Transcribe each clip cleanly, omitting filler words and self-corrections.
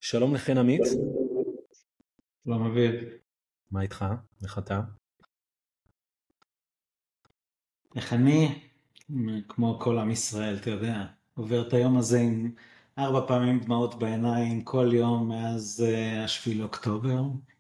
שלום לכן עמית, לא מבין. מה איתך? איך אתה? איך אני, כמו כל עם ישראל, אתה יודע, עובר את היום הזה עם 4 פעמים דמעות בעיניים כל יום מאז השביעי לאוקטובר.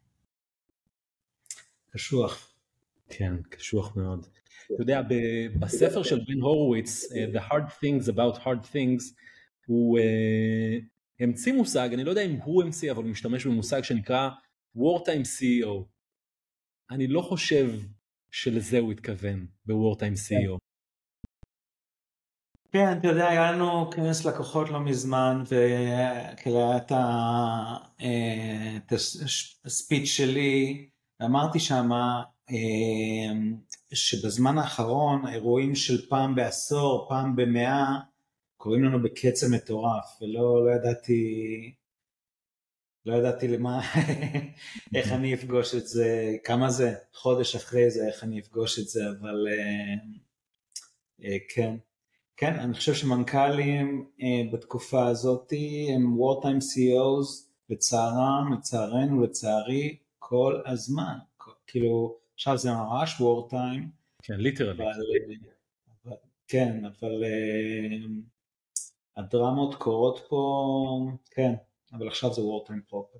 קשוח. כן, קשוח מאוד. אתה יודע, בספר של בן הורוביץ, The Hard Things About Hard Things, הוא המציא מושג, אני לא יודע אם הוא המציא, אבל הוא משתמש במושג שנקרא Wartime CEO. אני לא חושב שלזה הוא התכוון ב-Wartime CEO. כן, אתה יודע, היה לנו כנס לקוחות לא מזמן, וכאלה את הספיץ' שלי, אמרתי שמה שבזמן האחרון, אירועים של פעם בעשור, פעם ב100, קוראים לנו בקצב מטורף, ולא ידעתי למה, איך אני אפגוש את זה, כמה זה, חודש אחרי זה, איך אני אפגוש את זה, אבל כן. כן, אני חושב שמנכ"לים בתקופה הזאת הם wartime CEOs לצערנו, לצערי, כל הזמן. כאילו, עכשיו זה ממש wartime, כן, ליטרלי. אבל הדרמות קורות פה, כן, אבל עכשיו זה wartime proper.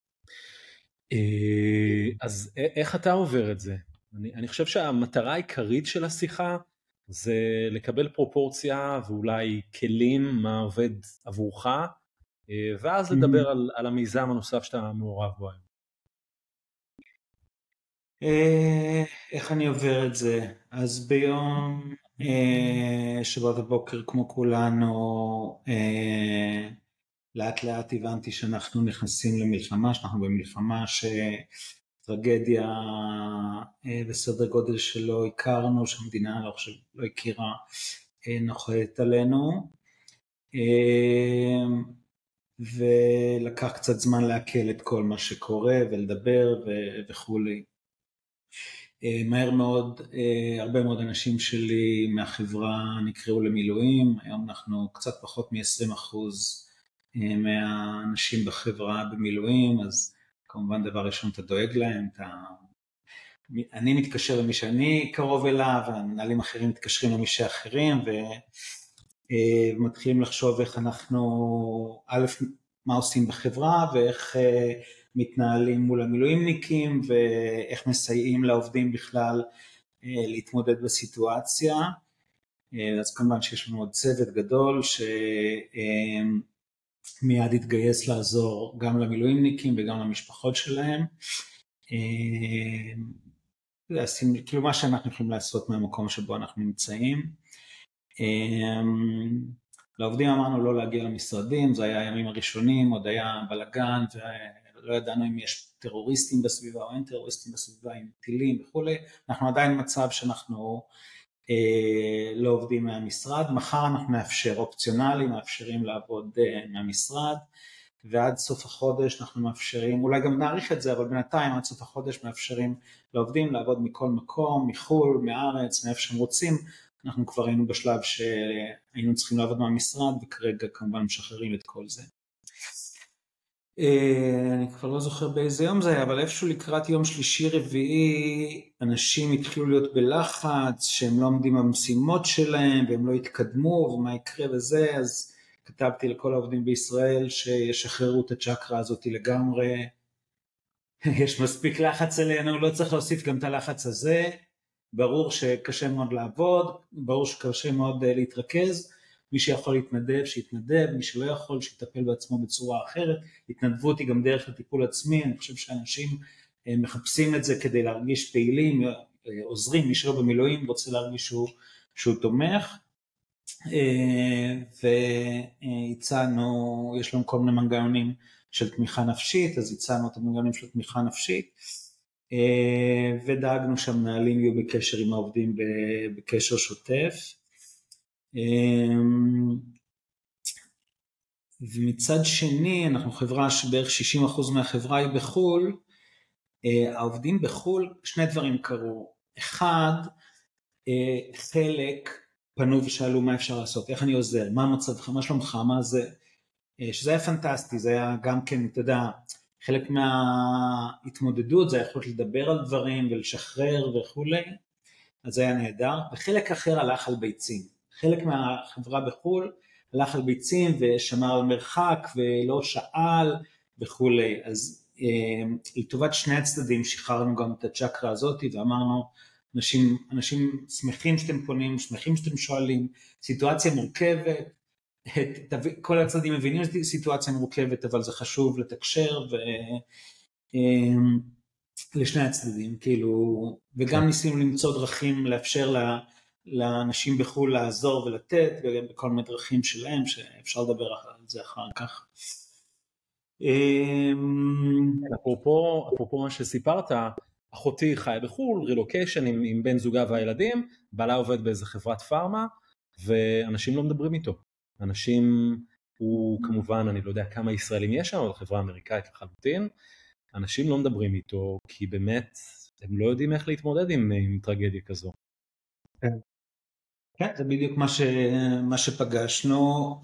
אז איך אתה עובר את זה? אני חושב שהמטרה העיקרית של השיחה זה לקבל פרופורציה ואולי כלים מה עובד עבורך, ואז לדבר על המיזם הנוסף שאתה מעורב בו היום. איך אני עובר את זה? אז ביום שבת הבוקר כמו כולנו, לאט לאט הבנתי שאנחנו נכנסים למלחמה, שאנחנו במלחמה שטרגדיה בסדר גודל שלא הכרנו, שהמדינה לא הכירה, נוחת עלינו, ולקח קצת זמן להקל את כל מה שקורה ולדבר וכולי. מהר מאוד, הרבה מאוד אנשים שלי מהחברה נקראו למילואים, היום אנחנו קצת פחות מ-20% מהאנשים בחברה במילואים, אז כמובן דבר ראשון אתה דואג להם, אני מתקשר למי שאני קרוב אליו, והמנהלים אחרים מתקשרים למי שאחרים, ומתחילים לחשוב איך אנחנו, א', מה עושים בחברה, ואיך מתנהלים מול המילואימניקים, ואיך מסייעים לעובדים בכלל להתמודד בסיטואציה. אז כמובן שיש לנו עוד צוות גדול שמיד התגייס לעזור גם למילואימניקים וגם למשפחות שלהם. כאילו מה שאנחנו יכולים לעשות מהמקום שבו אנחנו נמצאים. לעובדים אמרנו לא להגיע למשרדים, זה היה הימים הראשונים, עוד היה בלגן ולא ידענו אם יש טרוריסטים בסביבה או אין טרוריסטים בסביבה, עם טילים וכו'. אנחנו עדיין במצב שאנחנו לא עובדים מהמשרד, מחר אנחנו נאפשר אופציונלי, מאפשרים לעבוד מהמשרד, ועד סוף החודש אנחנו מאפשרים, אולי גם נאריך את זה, אבל בינתיים עד סוף החודש מאפשרים לעובדים לעבוד מכל מקום, מחול, מארץ, מאיפה שהם רוצים. אנחנו כבר היינו בשלב שהיינו צריכים לעבוד מהמשרד, וכרגע כמובן משחררים את כל זה. אני כבר לא זוכר באיזה יום זה היה, אבל איפשהו לקראת יום שלישי רביעי, אנשים התחילו להיות בלחץ, שהם לא עומדים במשימות שלהם, והם לא התקדמו, ומה יקרה וזה, אז כתבתי לכל העובדים בישראל, שישחררו את הצ'קרה הזאת לגמרי, יש מספיק לחץ עלינו, לא צריך להוסיף גם את הלחץ הזה, ברור שקשה מאוד לעבוד, ברור שקשה מאוד להתרכז, מי שיכול להתנדב, שיתנדב, מי שלא יכול, שיטפל בעצמו בצורה אחרת, התנדבות היא גם דרך לטיפול עצמי, אני חושב שאנשים מחפשים את זה כדי להרגיש פעילים, עוזרים, מי שלא במילואים רוצה להרגיש שהוא תומך, והצענו, יש לנו כל מיני מנגנונים של תמיכה נפשית, אז הצענו את המנגנונים של תמיכה נפשית, ודאגנו שהמנהלים יהיו בקשר עם העובדים בקשר שוטף, ומצד שני, אנחנו חברה שבערך 60% מהחברה היא בחול, העובדים בחול, שני דברים קרו, אחד, חלק פנו ושאלו מה אפשר לעשות, איך אני עוזר, מה המצב, מה שלומך, מה זה, שזה היה פנטסטי, זה היה גם כן, אתה יודע, חלק מההתמודדות, זה היה יכולת לדבר על דברים ולשחרר וכולי, אז זה היה נהדר, וחלק אחר הלך על ביצים, חלק מהחברה בחול הלך על ביצים ושמר על מרחק ולא שאל וכולי, אז לטובת שני הצדדים שחררנו גם את הצ'קרה הזאת ואמרנו, אנשים שמחים שאתם פונים, שמחים שאתם שואלים, סיטואציה מורכבת, כל הצדדים מבינים שזו סיטואציה מורכבת, אבל זה חשוב לתקשר לשני הצדדים, כאילו, וגם ניסינו למצוא דרכים לאפשר לאנשים בחו"ל לעזור ולתת, בכל מיני דרכים שלהם, שאפשר לדבר על זה אחר כך. אפרופו מה שסיפרת, אחותי חיה בחו"ל, רילוקיישן עם בן זוגה והילדים, בעלה עובד באיזה חברת פארמה, ואנשים לא מדברים איתו. אנשים, הוא כמובן, אני לא יודע כמה ישראלים יש שם, אבל חברה אמריקאית לחלוטין, אנשים לא מדברים איתו, כי באמת הם לא יודעים איך להתמודד עם טרגדיה כזו. כן, זה בדיוק מה שפגשנו.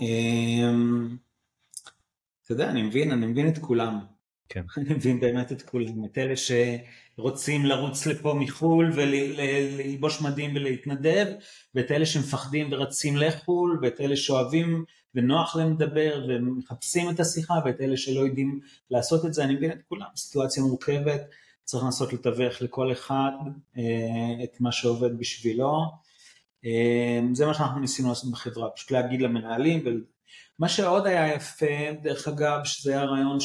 אתה יודע, אני מבין את כולם. כן. אני מבין באמת את כולם, את אלה שרוצים לרוץ לפה מחול וללבוש מדים ולהתנדב, ואת אלה שמפחדים ורצים לחול, ואת אלה שאוהבים ונוח להם לדבר ומחפשים את השיחה, ואת אלה שלא יודעים לעשות את זה, אני מבין את כולם, סיטואציה מורכבת, צריך לנסות לתווך לכל אחד את מה שעובד בשבילו, זה מה שאנחנו ניסינו לעשות בחברה, פשוט להגיד למנהלים, מה שעוד היה יפה, דרך אגב, שזה היה הרעיון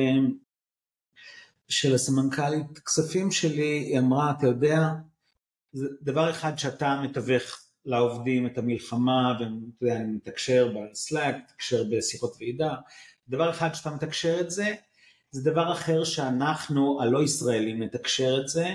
של הסמנכ"לית כספים שלי, היא אמרה, אתה יודע, זה דבר אחד שאתה מתווך לעובדים את המלחמה, ואתה יודע, אני מתקשר בסלאק, מתקשר בשיחות ועידה, דבר אחד שאתה מתקשר את זה, זה דבר אחר שאנחנו, הלא ישראלים, נתקשר את זה,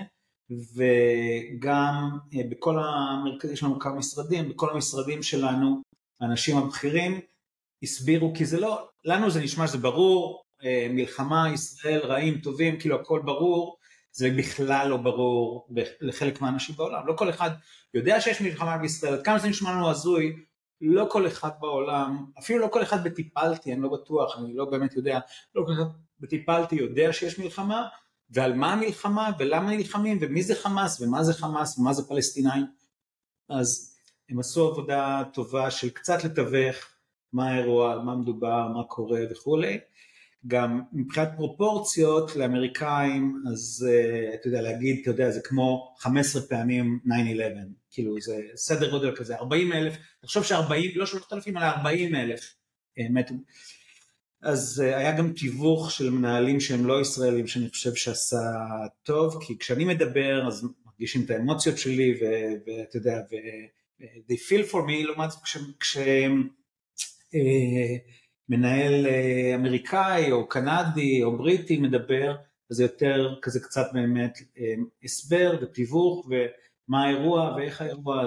וגם בכל המרכזים, יש לנו כמה משרדים, בכל המשרדים שלנו, האנשים הבכירים, הסבירו, כי זה לא, לנו זה נשמע שזה ברור, מלחמה, ישראל, רעים, טובים, כאילו הכל ברור, זה בכלל לא ברור לחלק מהאנשים בעולם, לא כל אחד יודע שיש מלחמה בישראל, עד כמה זה נשמע לנו הזוי, לא כל אחד בעולם, אפילו לא כל אחד בטיפלתי, אני לא בטוח, אני לא באמת יודע, לא כל אחד בטיפלתי יודע שיש מלחמה, ועל מה המלחמה, ולמה נלחמים, ומי זה חמאס, ומה זה חמאס, ומה זה פלסטינאים, אז הם עשו עבודה טובה של קצת לתווך, מה האירוע, על מה מדובר, מה קורה וכולי, גם מבחינת פרופורציות לאמריקאים, אז אתה יודע להגיד, אתה יודע, זה כמו 15 פעמים 9/11, כאילו זה סדר גודל כזה, 40,000, תחשוב ש40, לא 3,000, אלא 40,000 מתו, אז היה גם תיווך של מנהלים שהם לא ישראלים, שאני חושב שעשה טוב, כי כשאני מדבר, אז מרגישים את האמוציות שלי, ואתה יודע, they feel for me, לעומת מנהל אמריקאי או קנדי או בריטי מדבר, אז זה יותר כזה קצת באמת הסבר ותיווך ומה האירוע ואיך האירוע,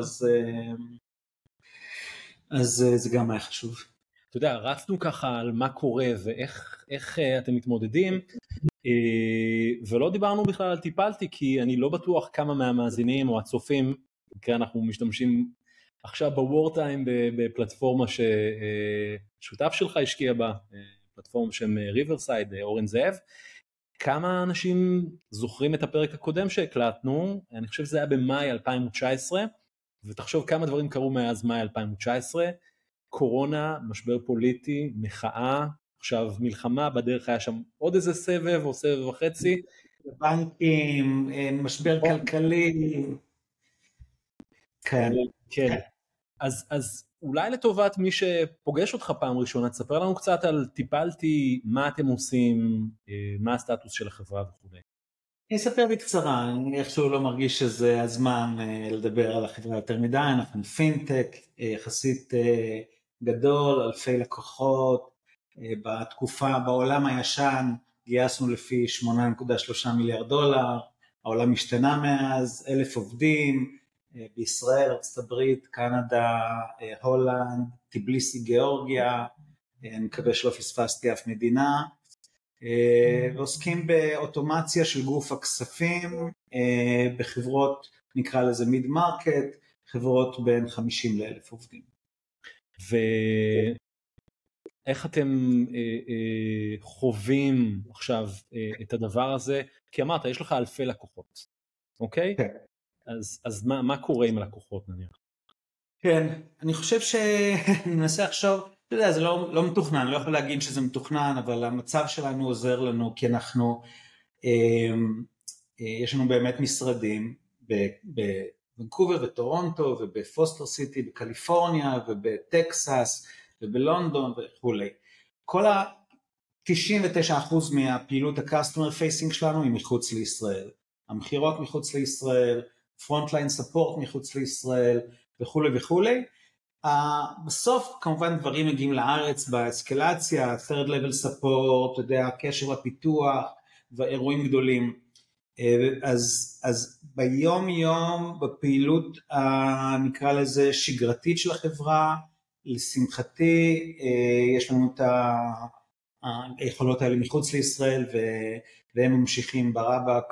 אז זה גם היה חשוב. אתה יודע, רצנו ככה על מה קורה ואיך אתם מתמודדים, ולא דיברנו בכלל על טיפלתי, כי אני לא בטוח כמה מהמאזינים או הצופים, כי אנחנו משתמשים עכשיו בוורטיים בפלטפורמה ששותף שלך השקיע בה, פלטפורמה שם ריברסייד, אורן זאב, כמה אנשים זוכרים את הפרק הקודם שהקלטנו, אני חושב שזה היה במאי 2019, ותחשוב כמה דברים קרו מאז מאי 2019, קורונה, משבר פוליטי, מחאה, עכשיו מלחמה, בדרך היה שם עוד איזה סבב או סבב וחצי. בנקים, משבר כלכלי. כן. כן. אז אולי לטובת מי שפוגש אותך פעם ראשונה, תספר לנו קצת על טיפלתי, מה אתם עושים, מה הסטטוס של החברה וכו'. אני אספר בקצרה, אני איכשהו לא מרגיש שזה הזמן לדבר על החברה יותר מדי, אנחנו פינטק, יחסית גדול, אלפי לקוחות, בתקופה, בעולם הישן, גייסנו לפי 8.3 מיליארד דולר, העולם השתנה מאז, 1,000 עובדים, בישראל, ארצות הברית, קנדה, הולנד, טיבליסי, גיאורגיה, אני מקווה שלא פספסתי אף מדינה, ועוסקים באוטומציה של גוף הכספים, בחברות, נקרא לזה מיד מרקט, חברות בין 50 ל1,000 עובדים. איך אתם חווים עכשיו את הדבר הזה? כי אמרת, יש לך אלפי לקוחות, אוקיי? כן. אז מה קורה עם הלקוחות נניח? כן, אני חושב שאני מנסה לחשוב, אתה יודע, זה לא מתוכנן, אני לא יכול להגיד שזה מתוכנן, אבל המצב שלנו עוזר לנו, כי אנחנו, יש לנו באמת משרדים בוונקובר וטורונטו ובפוסטר סיטי בקליפורניה ובטקסס ובלונדון וכולי. כל 99% מהפעילות ה-customer facing שלנו היא מחוץ לישראל. המחירות מחוץ לישראל, frontline support מחוץ לישראל וכולי וכולי. בסוף כמובן דברים מגיעים לארץ באסקלציה, third level support, אתה יודע, קשר לפיתוח ואירועים גדולים. אז ביום יום בפעילות נקרא לזה שגרתית של החברה, לשמחתי יש לנו את היכולות האלה מחוץ לישראל והם ממשיכים ברבק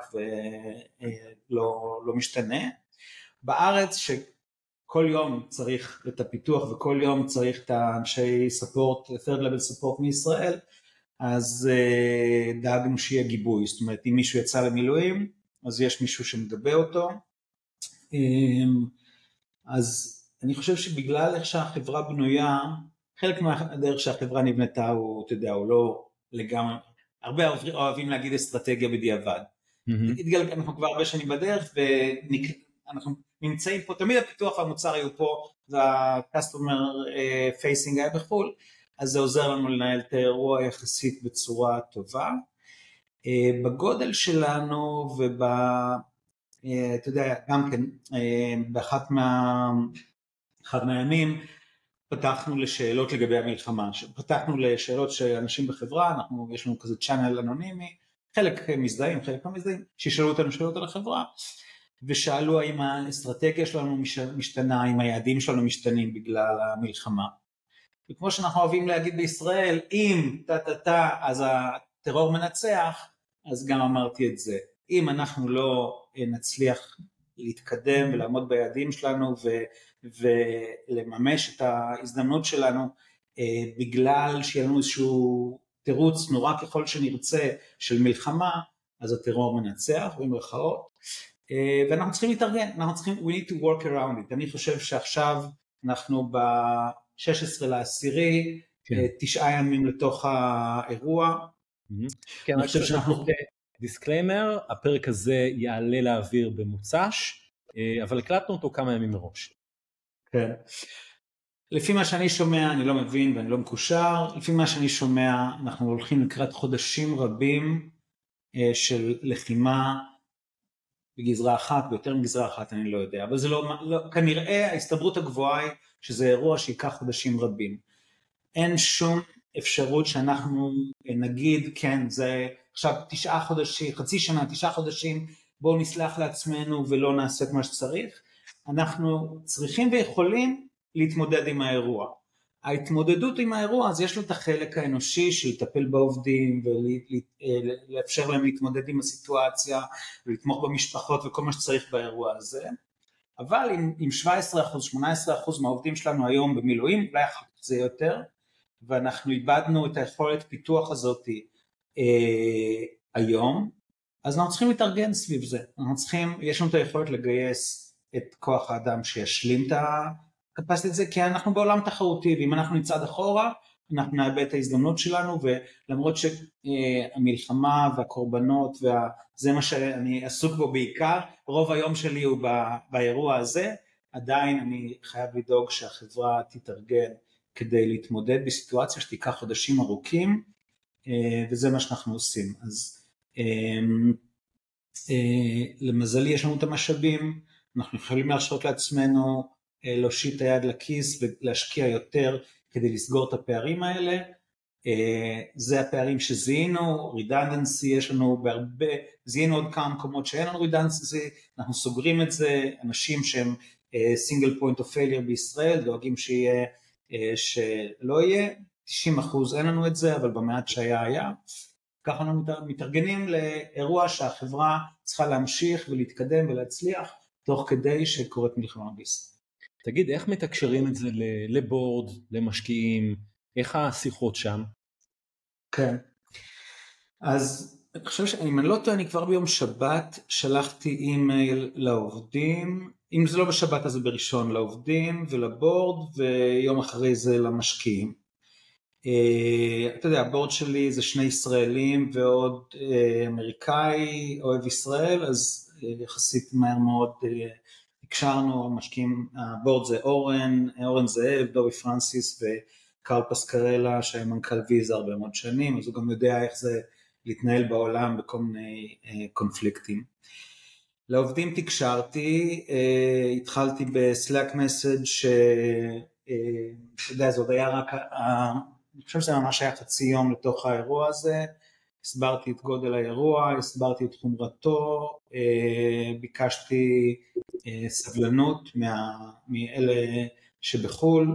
ולא משתנה. בארץ שכל יום צריך את הפיתוח וכל יום צריך את האנשי support, third level support מישראל, אז דאגנו שיהיה גיבוי, זאת אומרת אם מישהו יצא למילואים אז יש מישהו שמגבה אותו. אז אני חושב שבגלל איך שהחברה בנויה, חלק מהדרך שהחברה נבנתה הוא, אתה יודע, הוא לא לגמרי, הרבה אוהבים להגיד אסטרטגיה בדיעבד. אנחנו כבר הרבה שנים בדרך ואנחנו נמצאים פה, תמיד הפיתוח והמוצר היו פה וה-customer facing היה בחול, אז זה עוזר לנו לנהל את האירוע יחסית בצורה טובה. בגודל שלנו אתה יודע, גם כן, באחד מהימים פתחנו לשאלות לגבי המלחמה, פתחנו לשאלות שאנשים בחברה, יש לנו כזה צ'אנל אנונימי, חלק מזדהים, חלק לא מזדהים, שישאלו אותנו שאלות על החברה, ושאלו האם האסטרטגיה שלנו משתנה, האם היעדים שלנו משתנים בגלל המלחמה. וכמו שאנחנו אוהבים להגיד בישראל, אם אז הטרור מנצח, אז גם אמרתי את זה. אם אנחנו לא נצליח להתקדם ולעמוד ביעדים שלנו ולממש את ההזדמנות שלנו, בגלל שיהיה לנו איזשהו תירוץ נורא ככל שנרצה של מלחמה, אז הטרור מנצח במרכאות, ואנחנו צריכים להתארגן, אנחנו צריכים, we need to work around it. אני חושב שעכשיו אנחנו ב-16/10, 9 ימים לתוך האירוע. כן, אני חושב שאנחנו... דיסקליימר, הפרק הזה יעלה לאוויר במוצ"ש, אבל הקלטנו אותו כמה ימים מראש. כן. לפי מה שאני שומע, אני לא מבין ואני לא מקושר, לפי מה שאני שומע, אנחנו הולכים לקראת חודשים רבים של לחימה בגזרה אחת, ביותר מגזרה אחת, אני לא יודע, אבל זה לא, כנראה ההסתברות הגבוהה היא שזה אירוע שיקח חודשים רבים. אין שום אפשרות שאנחנו נגיד, כן, זה עכשיו 9 חודשים, חצי שנה, 9 חודשים, בואו נסלח לעצמנו ולא נעשה את מה שצריך. אנחנו צריכים ויכולים להתמודד עם האירוע. ההתמודדות עם האירוע, אז יש לו את החלק האנושי של לטפל בעובדים ולאפשר להם להתמודד עם הסיטואציה ולתמוך במשפחות וכל מה שצריך באירוע הזה. אבל עם 17%, 18% מהעובדים שלנו היום במילואים, אולי אחר כך זה יותר, ואנחנו איבדנו את היכולת פיתוח הזאת היום, אז אנחנו צריכים להתארגן סביב זה. יש לנו את היכולת לגייס את כוח האדם שישלים את הקפסיטי הזה, כי אנחנו בעולם תחרותי, ואם אנחנו נצעד אחורה, אנחנו נאבד את ההזדמנות שלנו, ולמרות שהמלחמה והקורבנות, זה מה שאני עסוק בו בעיקר, רוב היום שלי הוא באירוע הזה, עדיין אני חייב לדאוג שהחברה תתארגן, כדי להתמודד בסיטואציה שתיקח חודשים ארוכים, וזה מה שאנחנו עושים. אז למזלי יש לנו את המשאבים, אנחנו יכולים להרשות לעצמנו להושיט את היד לכיס ולהשקיע יותר כדי לסגור את הפערים האלה. זה הפערים שזיהינו, redundancy יש לנו בהרבה, זיהינו עוד כמה מקומות שאין לנו redundancy, אנחנו סוגרים את זה, אנשים שהם single point of failure בישראל, דואגים שיהיה, שלא יהיה, 90% אין לנו את זה, אבל במעט שהיה היה, ככה אנחנו מתארגנים לאירוע שהחברה צריכה להמשיך ולהתקדם ולהצליח, תוך כדי שקורית מלחמה בישראל. תגיד, איך מתקשרים את זה לבורד, למשקיעים, איך השיחות שם? כן. אז אני חושב שאם אני לא טועה, אני כבר ביום שבת שלחתי אימייל לעובדים, אם זה לא בשבת אז זה בראשון, לעובדים ולבורד, ויום אחרי זה למשקיעים. אתה יודע, הבורד שלי זה 2 ישראלים ועוד אמריקאי אוהב ישראל, אז יחסית מהר מאוד הקשרנו, משקיעים, הבורד זה אורן זאב, דובי פרנסיס וקרל פסקרלה שהיה מנכ"ל ויזה הרבה מאוד שנים, אז הוא גם יודע איך זה להתנהל בעולם בכל מיני קונפליקטים. לעובדים תקשרתי, התחלתי בסלאק מסאג' אתה יודע, זה עוד היה רק, אני חושב שזה ממש היה חצי יום לתוך האירוע הזה, הסברתי את גודל האירוע, הסברתי את חומרתו, ביקשתי סבלנות מאלה שבחול,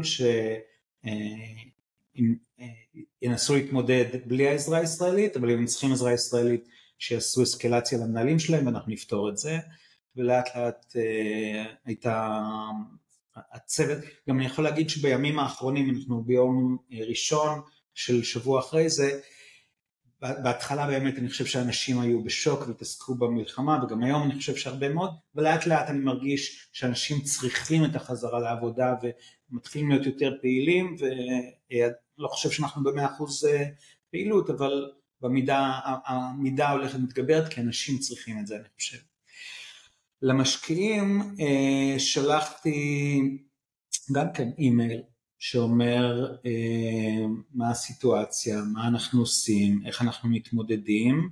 שינסו להתמודד בלי העזרה הישראלית, אבל אם הם צריכים עזרה ישראלית, שיעשו אסקלציה למנהלים שלהם, ואנחנו נפתור את זה, ולאט לאט הייתה הצוות, גם אני יכול להגיד שבימים האחרונים, אנחנו ביום ראשון של שבוע אחרי זה, בהתחלה באמת אני חושב שאנשים היו בשוק והתעסקו במלחמה, וגם היום אני חושב שהרבה מאוד, ולאט לאט אני מרגיש שאנשים צריכים את החזרה לעבודה, ומתחילים להיות יותר פעילים, ולא חושב שאנחנו ב100% פעילות, אבל המידה הולכת מתגברת, כי אנשים צריכים את זה, אני חושב. למשקיעים שלחתי גם כן אימייל, שאומר מה הסיטואציה, מה אנחנו עושים, איך אנחנו מתמודדים,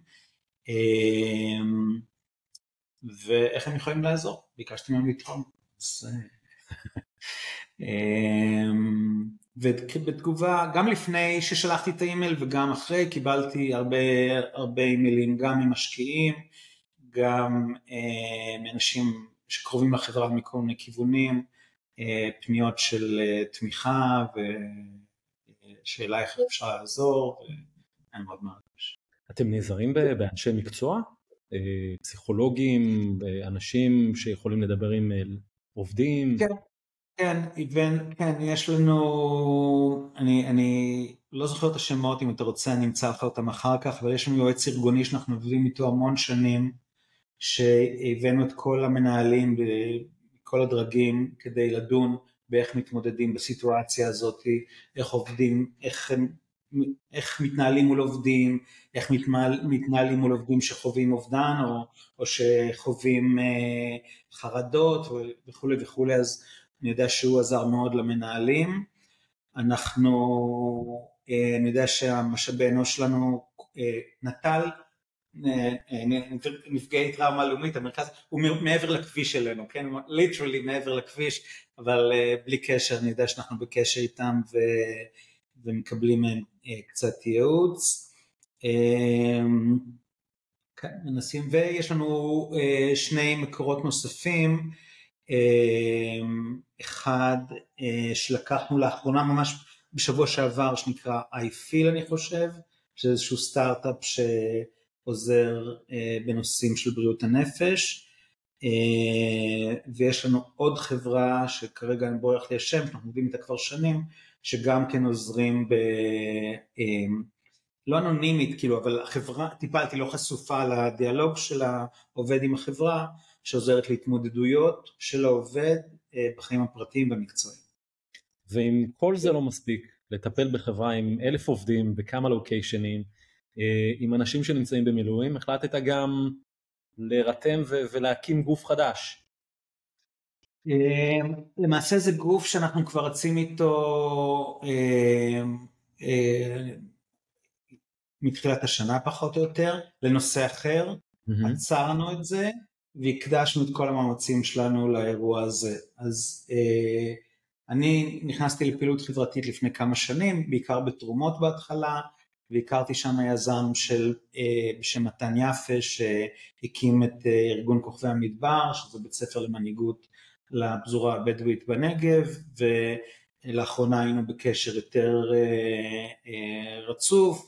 ואיך הם יכולים לעזור. ביקשתי מהם לתרום. ובתגובה, גם לפני ששלחתי את האימייל וגם אחרי, קיבלתי הרבה אימיילים גם ממשקיעים, גם מאנשים שקרובים לחברה מכל מיני כיוונים, פניות של תמיכה ושאלה איך אפשר לעזור, ואני מאוד מרגש. אתם נעזרים באנשי מקצוע? פסיכולוגים, אנשים שיכולים לדבר עם עובדים? כן, יש לנו, אני לא זוכר את השמות, אם אתה רוצה אני אמצא לך אותם אחר כך, אבל יש לנו יועץ ארגוני שאנחנו עובדים איתו המון שנים, שהבאנו את כל המנהלים בכל הדרגים כדי לדון באיך מתמודדים בסיטואציה הזאת, איך עובדים, איך מתנהלים מול עובדים, איך מתנהלים מול עובדים שחווים אובדן או שחווים חרדות וכו' וכו', אז אני יודע שהוא עזר מאוד למנהלים. אני יודע שהמשאבי אנוש שלנו נטל, נפגעי טראומה לאומית, המרכז הוא מעבר לכביש שלנו, כן? ליטרלי מעבר לכביש, אבל בלי קשר, אני יודע שאנחנו בקשר איתם ומקבלים מהם קצת ייעוץ. כן, מנסים, ויש לנו 2 מקורות נוספים, אחד שלקחנו לאחרונה ממש בשבוע שעבר, שנקרא iFeel אני חושב, שזה איזשהו סטארט-אפ שעוזר בנושאים של בריאות הנפש, ויש לנו עוד חברה שכרגע אני בורח לי השם, אנחנו עובדים איתה כבר שנים, שגם כן עוזרים לא אנונימית, כאילו, אבל החברה, טיפלתי לא חשופה לדיאלוג של העובד עם החברה, שעוזרת להתמודדויות של העובד בחיים הפרטיים והמקצועיים. ואם כל זה לא מספיק, לטפל בחברה עם 1,000 עובדים בכמה לוקיישנים, עם אנשים שנמצאים במילואים, החלטת גם להירתם ולהקים גוף חדש. למעשה זה גוף שאנחנו כבר רצים איתו מתחילת השנה פחות או יותר, לנושא אחר, עצרנו את זה, והקדשנו את כל המאמצים שלנו לאירוע הזה. אז אני נכנסתי לפעילות חברתית לפני כמה שנים, בעיקר בתרומות בהתחלה, והכרתי שם יזם בשם מתן יפה, שהקים את ארגון כוכבי המדבר, שזה בית ספר למנהיגות לפזורה הבדואית בנגב, ולאחרונה היינו בקשר יותר רצוף,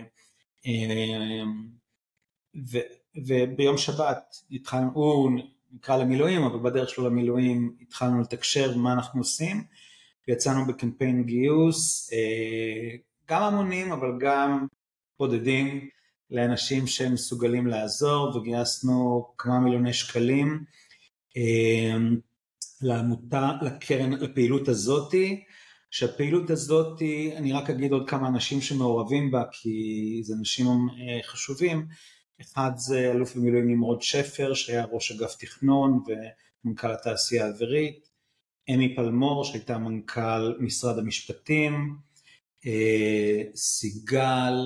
וביום שבת התחלנו, הוא נקרא למילואים, אבל בדרך שלו למילואים התחלנו לתקשר מה אנחנו עושים, ויצאנו בקמפיין גיוס, גם המונים אבל גם בודדים, לאנשים שמסוגלים לעזור, וגייסנו כמה מיליוני שקלים לעמותה, לקרן, לפעילות הזאתי, שהפעילות הזאתי, אני רק אגיד עוד כמה אנשים שמעורבים בה, כי זה אנשים חשובים. אחד זה אלוף במילואים נמרוד שפר, שהיה ראש אגף תכנון ומנכ"ל התעשייה האווירית, אמי פלמור שהייתה מנכ"ל משרד המשפטים, סיגל,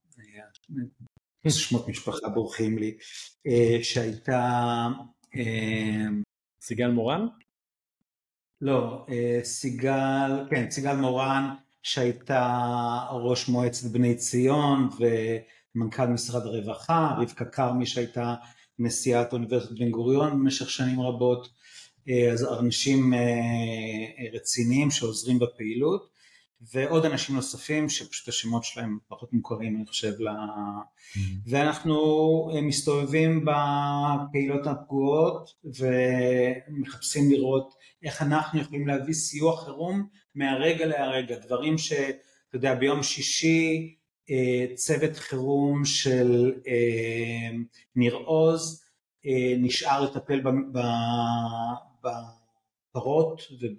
שמות משפחה בורחים לי, שהייתה סיגל מורן? לא, סיגל, כן, סיגל מורן שהייתה ראש מועצת בני ציון ומנכ"ל משרד הרווחה, רבקה קרמי שהייתה נשיאת אוניברסיטת בן גוריון במשך שנים רבות, אז אנשים רציניים שעוזרים בפעילות, ועוד אנשים נוספים שפשוט השמות שלהם פחות מוכרים אני חושב ואנחנו מסתובבים בקהילות הפגועות ומחפשים לראות איך אנחנו יכולים להביא סיוע חירום מהרגע להרגע, דברים שאתה יודע ביום שישי צוות חירום של ניר עוז נשאר לטפל בפרות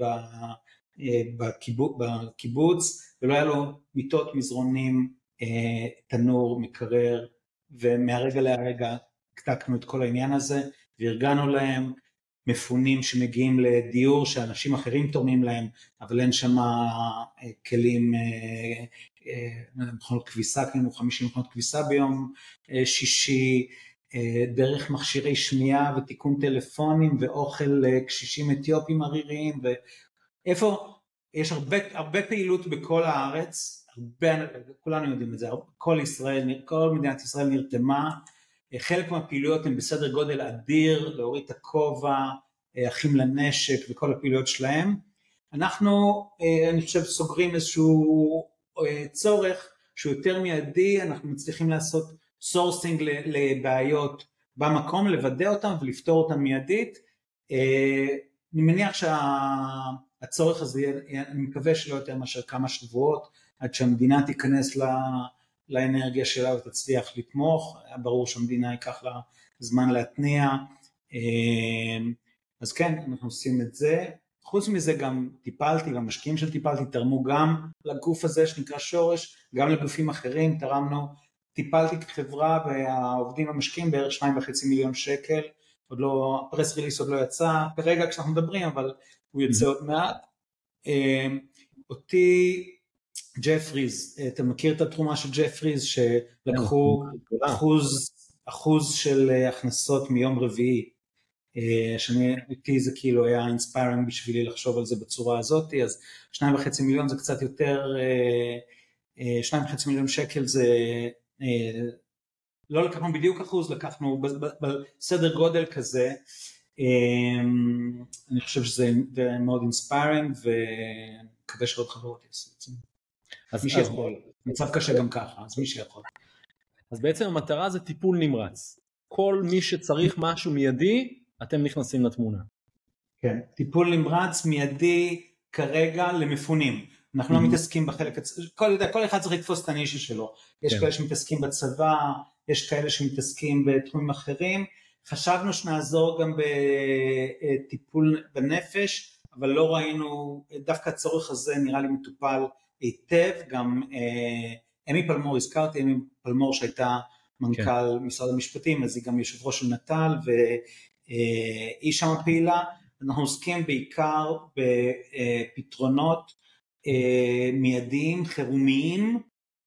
בקיבוץ, ולא היה לו מיטות, מזרונים, תנור, מקרר, ומהרגע להרגע הקטקנו את כל העניין הזה, וארגנו להם מפונים שמגיעים לדיור שאנשים אחרים תורמים להם, אבל אין שם כלים, מכונות כביסה, קנינו 50 מכונות כביסה ביום שישי, דרך מכשירי שמיעה ותיקון טלפונים, ואוכל לקשישים אתיופים עריריים, איפה יש הרבה פעילות בכל הארץ, כולנו יודעים את זה, כל מדינת ישראל נרתמה, חלק מהפעילויות הן בסדר גודל אדיר, להוריד את הכובע, אחים לנשק וכל הפעילויות שלהם, אנחנו אני חושב סוגרים איזשהו צורך שהוא יותר מיידי, אנחנו מצליחים לעשות סורסינג לבעיות במקום, לוודא אותם ולפתור אותם מיידית, אני מניח הצורך הזה, אני מקווה שלא יותר מאשר כמה שבועות, עד שהמדינה תיכנס לאנרגיה שלה ותצליח לתמוך, ברור שהמדינה ייקח לה זמן להתניע, אז כן, אנחנו עושים את זה, חוץ מזה גם טיפלתי, והמשקיעים שטיפלתי תרמו גם לגוף הזה שנקרא שורש, גם לגופים אחרים תרמנו, טיפלתי כחברה והעובדים המשקיעים בערך 2.5 מיליון שקל, עוד לא, הפרס ריליס עוד לא יצא, כרגע כשאנחנו מדברים, אבל הוא יוצא עוד מעט. אותי ג'פריז, אתה מכיר את התרומה של ג'פריז, שלקחו אחוז של הכנסות מיום רביעי, אותי זה כאילו היה אינספיירינג בשבילי לחשוב על זה בצורה הזאת, אז 2.5 מיליון זה קצת יותר, 2.5 מיליון שקל זה, לא לקחנו בדיוק אחוז, לקחנו בסדר גודל כזה, אני חושב שזה מאוד אינספיירינג, ומקווה שעוד חברות יעשו את זה. אז מי שיכול, מצב קשה גם ככה, אז מי שיכול. אז בעצם המטרה זה טיפול נמרץ. כל מי שצריך משהו מיידי, אתם נכנסים לתמונה. כן, טיפול נמרץ מיידי כרגע למפונים. אנחנו לא מתעסקים בחלק, כל אחד צריך לתפוס את הנישה שלו. יש כאלה שמתעסקים בצבא, יש כאלה שמתעסקים בתחומים אחרים. חשבנו שנעזור גם בטיפול בנפש, אבל לא ראינו, דווקא הצורך הזה נראה לי מטופל היטב, גם אמי פלמור, הזכרתי אמי פלמור שהייתה מנכ"ל משרד המשפטים, אז היא גם יושב ראש של נט"ל, והיא שם פעילה, אנחנו עוסקים בעיקר בפתרונות מיידיים, חירומיים,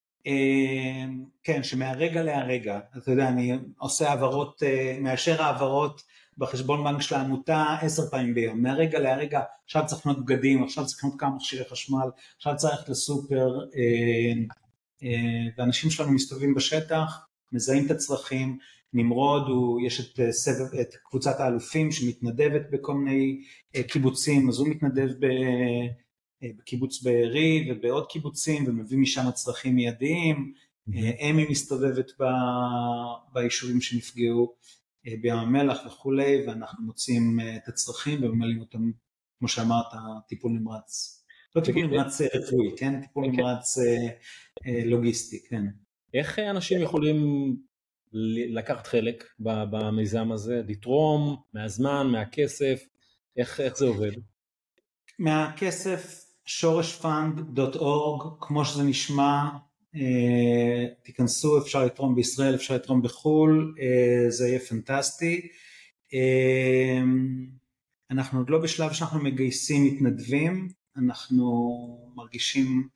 כן, שמהרגע להרגע, אתה יודע, אני עושה העברות, מאשר העברות בחשבון בנק של העמותה 10 פעמים ביום, מהרגע להרגע, עכשיו צריך לקנות בגדים, עכשיו צריך לקנות כמה מכשירי חשמל, עכשיו צריך ללכת לסופר, ואנשים שלנו מסתובבים בשטח, מזהים את הצרכים, נמרוד, יש את קבוצת האלופים שמתנדבת בכל מיני קיבוצים, אז הוא מתנדב בקיבוץ בארי ובעוד קיבוצים, ומביא משם הצרכים מיידיים, אמי מסתובבת ביישובים שנפגעו בים המלח וכולי, ואנחנו מוצאים את הצרכים וממלאים אותם, כמו שאמרת, טיפול נמרץ. לא טיפול נמרץ רפואי, כן? טיפול נמרץ לוגיסטי, כן. איך אנשים יכולים לקחת חלק במיזם הזה, לתרום מהזמן, מהכסף, איך זה עובד? מהכסף שורשפנד.org, כמו שזה נשמע, תיכנסו, אפשר לתרום בישראל, אפשר לתרום בחול, זה יהיה פנטסטי. אנחנו עוד לא בשלב שאנחנו מגייסים מתנדבים, אנחנו מרגישים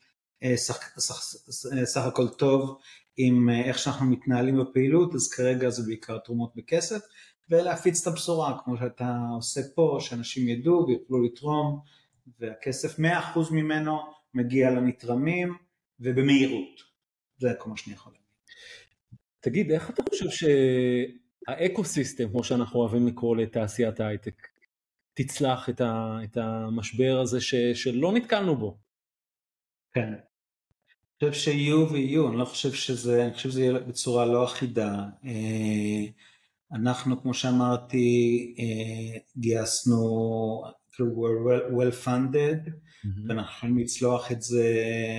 סך הכל טוב עם איך שאנחנו מתנהלים בפעילות, אז כרגע זה בעיקר תרומות בכסף, ולהפיץ את הבשורה, כמו שאתה עושה פה, שאנשים ידעו ויוכלו לתרום, והכסף 100% ממנו מגיע לנתרמים, ובמהירות. זה כל מה שאני יכול להגיד. תגיד, איך אתה חושב שהאקוסיסטם, כמו שאנחנו אוהבים לקרוא לתעשיית ההייטק, תצלח את המשבר הזה שלא נתקלנו בו? כן. אני חושב שיהיו ויהיו, אני חושב שזה יהיה בצורה לא אחידה. אנחנו, כמו שאמרתי, גייסנו, we're well funded, ואנחנו יכולים לצלוח את זה,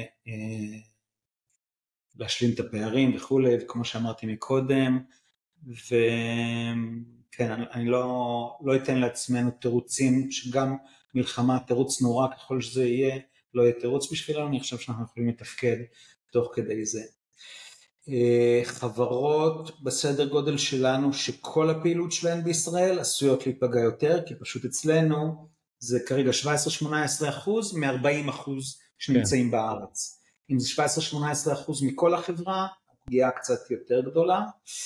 להשלים את הפערים וכולי, וכמו שאמרתי מקודם, וכן, אני לא אתן לעצמנו תירוצים, שגם מלחמה תירוץ נורא ככל שזה יהיה, לא יהיה תירוץ בשבילנו, אני חושב שאנחנו יכולים לתפקד תוך כדי זה. חברות בסדר גודל שלנו שכל הפעילות שלהן בישראל עשויות להיפגע יותר, כי פשוט אצלנו זה כרגע 17-18% מ-40% שנמצאים בארץ. אם זה 17-18% מכל החברה, הפגיעה קצת יותר גדולה.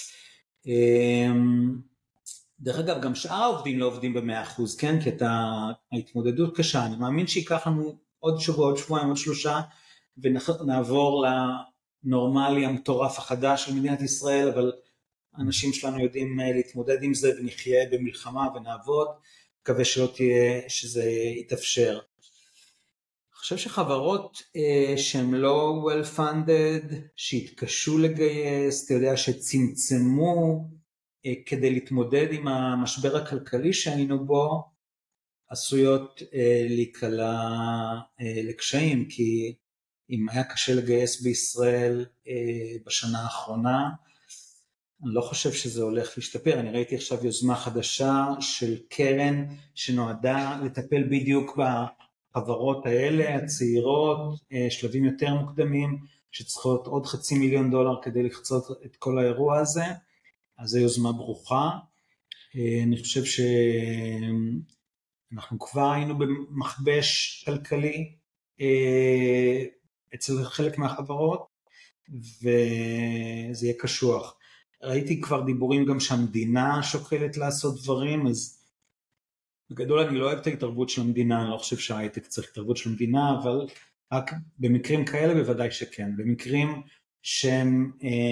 דרך אגב, גם שאר העובדים לא עובדים ב-100%, כן? כי ההתמודדות קשה. אני מאמין שיקח לנו עוד שבוע, עוד שבועיים, עוד 3, ונעבור לנורמלי המטורף החדש של מדינת ישראל, אבל האנשים שלנו יודעים להתמודד עם זה, ונחיה במלחמה ונעבוד. מקווה שזה יתאפשר. אני חושב שחברות שהן לא well funded, שהתקשו לגייס, אתה יודע שצמצמו כדי להתמודד עם המשבר הכלכלי שהיינו בו, עשויות להיקלע לקשיים, כי אם היה קשה לגייס בישראל בשנה האחרונה, אני לא חושב שזה הולך להשתפר. אני ראיתי עכשיו יוזמה חדשה של קרן שנועדה לטפל בדיוק בחברות האלה, הצעירות, שלבים יותר מוקדמים, שצריכות עוד $500,000 כדי לחצות את כל האירוע הזה, אז זו יוזמה ברוכה. אני חושב שאנחנו כבר היינו במכבש כלכלי אצל חלק מהחברות, וזה יהיה קשוח. ראיתי כבר דיבורים גם שהמדינה שוקלת לעשות דברים, אז בגדול אני לא אוהב את ההתערבות של המדינה, אני לא חושב שההייטק צריך התערבות של המדינה, אבל רק במקרים כאלה בוודאי שכן, במקרים שהם,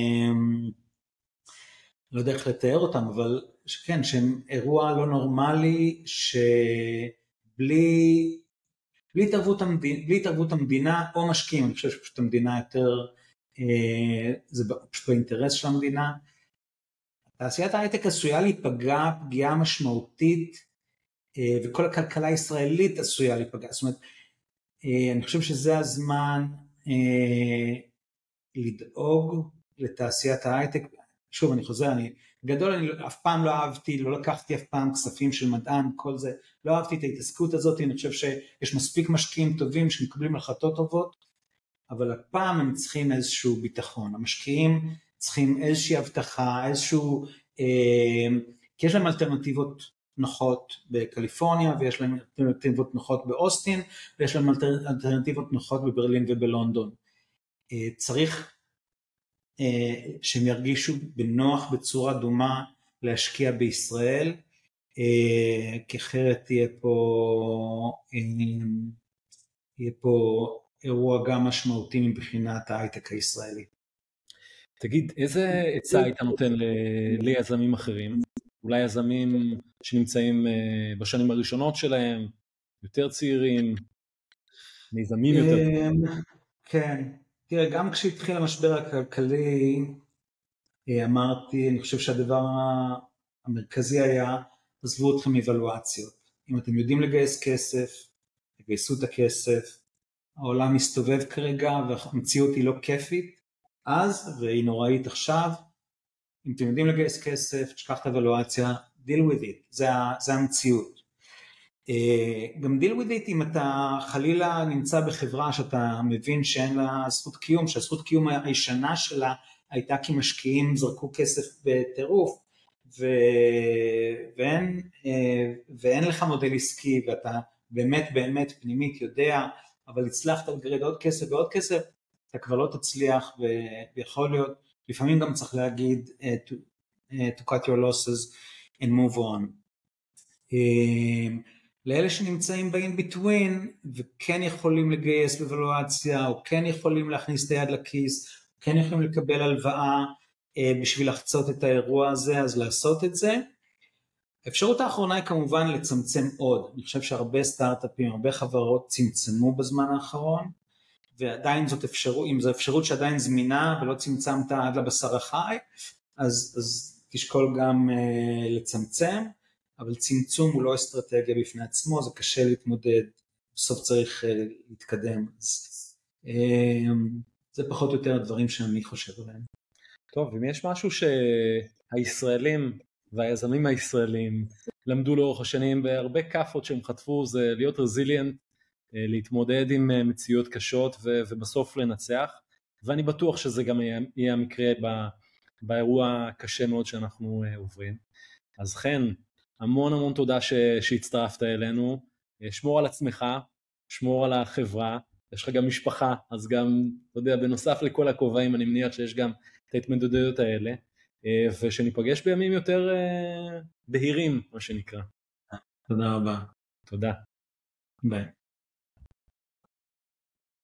לא יודע איך לתאר אותם, אבל שכן, שהם אירוע לא נורמלי, שבלי התערבות המדינה או משקיעים, אני חושב שפשוט המדינה יותר, זה פשוט באינטרס של המדינה. תעשיית ההייטק עשויה להיפגע פגיעה משמעותית, וכל הכלכלה הישראלית עשויה להיפגע. זאת אומרת, אני חושב שזה הזמן לדאוג לתעשיית ההייטק. שוב, אני חוזר, בגדול אני אף פעם לא אהבתי, לא לקחתי אף פעם כספים של מדען, כל זה, לא אהבתי את ההתעסקות הזאת, אני חושב שיש מספיק משקיעים טובים שמקבלים החלטות טובות, אבל הפעם הם צריכים איזשהו ביטחון, המשקיעים צריכים איזושהי הבטחה, איזשהו, כי יש להם אלטרנטיבות נוחות בקליפורניה, ויש להם אלטרנטיבות נוחות באוסטין, ויש להם אלטרנטיבות נוחות בברלין ובלונדון. צריך שהם ירגישו בנוח בצורה דומה להשקיע בישראל, כי אחרת יהיה פה אירוע גם משמעותי מבחינת ההייטק הישראלי. תגיד, איזה עצה היית נותן ליזמים אחרים? אולי יזמים שנמצאים בשנים הראשונות שלהם, יותר צעירים, מיזמים יותר צעירים? כן, תראה, גם כשהתחיל המשבר הכלכלי, אמרתי, אני חושב שהדבר המרכזי היה, עזבו אתכם אבלואציות. אם אתם יודעים לגייס כסף, תגייסו את הכסף, העולם מסתובב כרגע והמציאות היא לא כיפית אז, והיא נוראית עכשיו. אם אתם יודעים לגייס כסף, תשכח את הוולואציה, deal with it, זה המציאות. גם deal with it אם אתה חלילה נמצא בחברה שאתה מבין שאין לה זכות קיום, שהזכות קיום הישנה שלה הייתה כי משקיעים זרקו כסף בטירוף, ואין לך מודל עסקי, ואתה באמת באמת פנימית יודע, אבל הצלחת לגרד עוד כסף ועוד כסף, אתה כבר לא תצליח, ויכול להיות, לפעמים גם צריך להגיד, to cut your losses and move on. לאלה שנמצאים ב-in between, וכן יכולים לגייס בוולואציה, או כן יכולים להכניס את היד לכיס, או כן יכולים לקבל הלוואה, בשביל לחצות את האירוע הזה, אז לעשות את זה. האפשרות האחרונה היא כמובן לצמצם עוד. אני חושב שהרבה סטארט-אפים, הרבה חברות צמצמו בזמן האחרון, ועדיין זאת אפשרות, אם זו אפשרות שעדיין זמינה ולא צמצמת עד לבשר החי, אז תשקול גם לצמצם, אבל צמצום הוא לא אסטרטגיה בפני עצמו, זה קשה להתמודד, בסוף צריך להתקדם. זה פחות או יותר הדברים שאני חושב עליהם. טוב, אם יש משהו שהישראלים והיזמים הישראלים למדו לאורך השנים, בהרבה קפות שהם חטפו, זה להיות רזיליאנט, להתמודד עם מציאות קשות ובסוף לנצח, ואני בטוח שזה גם יהיה המקרה באירוע הקשה מאוד שאנחנו עוברים. אז כן, המון תודה שהצטרפת אלינו, שמור על עצמך, שמור על החברה, יש לך גם משפחה, אז גם, אתה יודע, בנוסף לכל הכובעים, אני מניח שיש גם את ההתמודדויות האלה, ושניפגש בימים יותר בהירים, מה שנקרא. תודה רבה. תודה. ביי.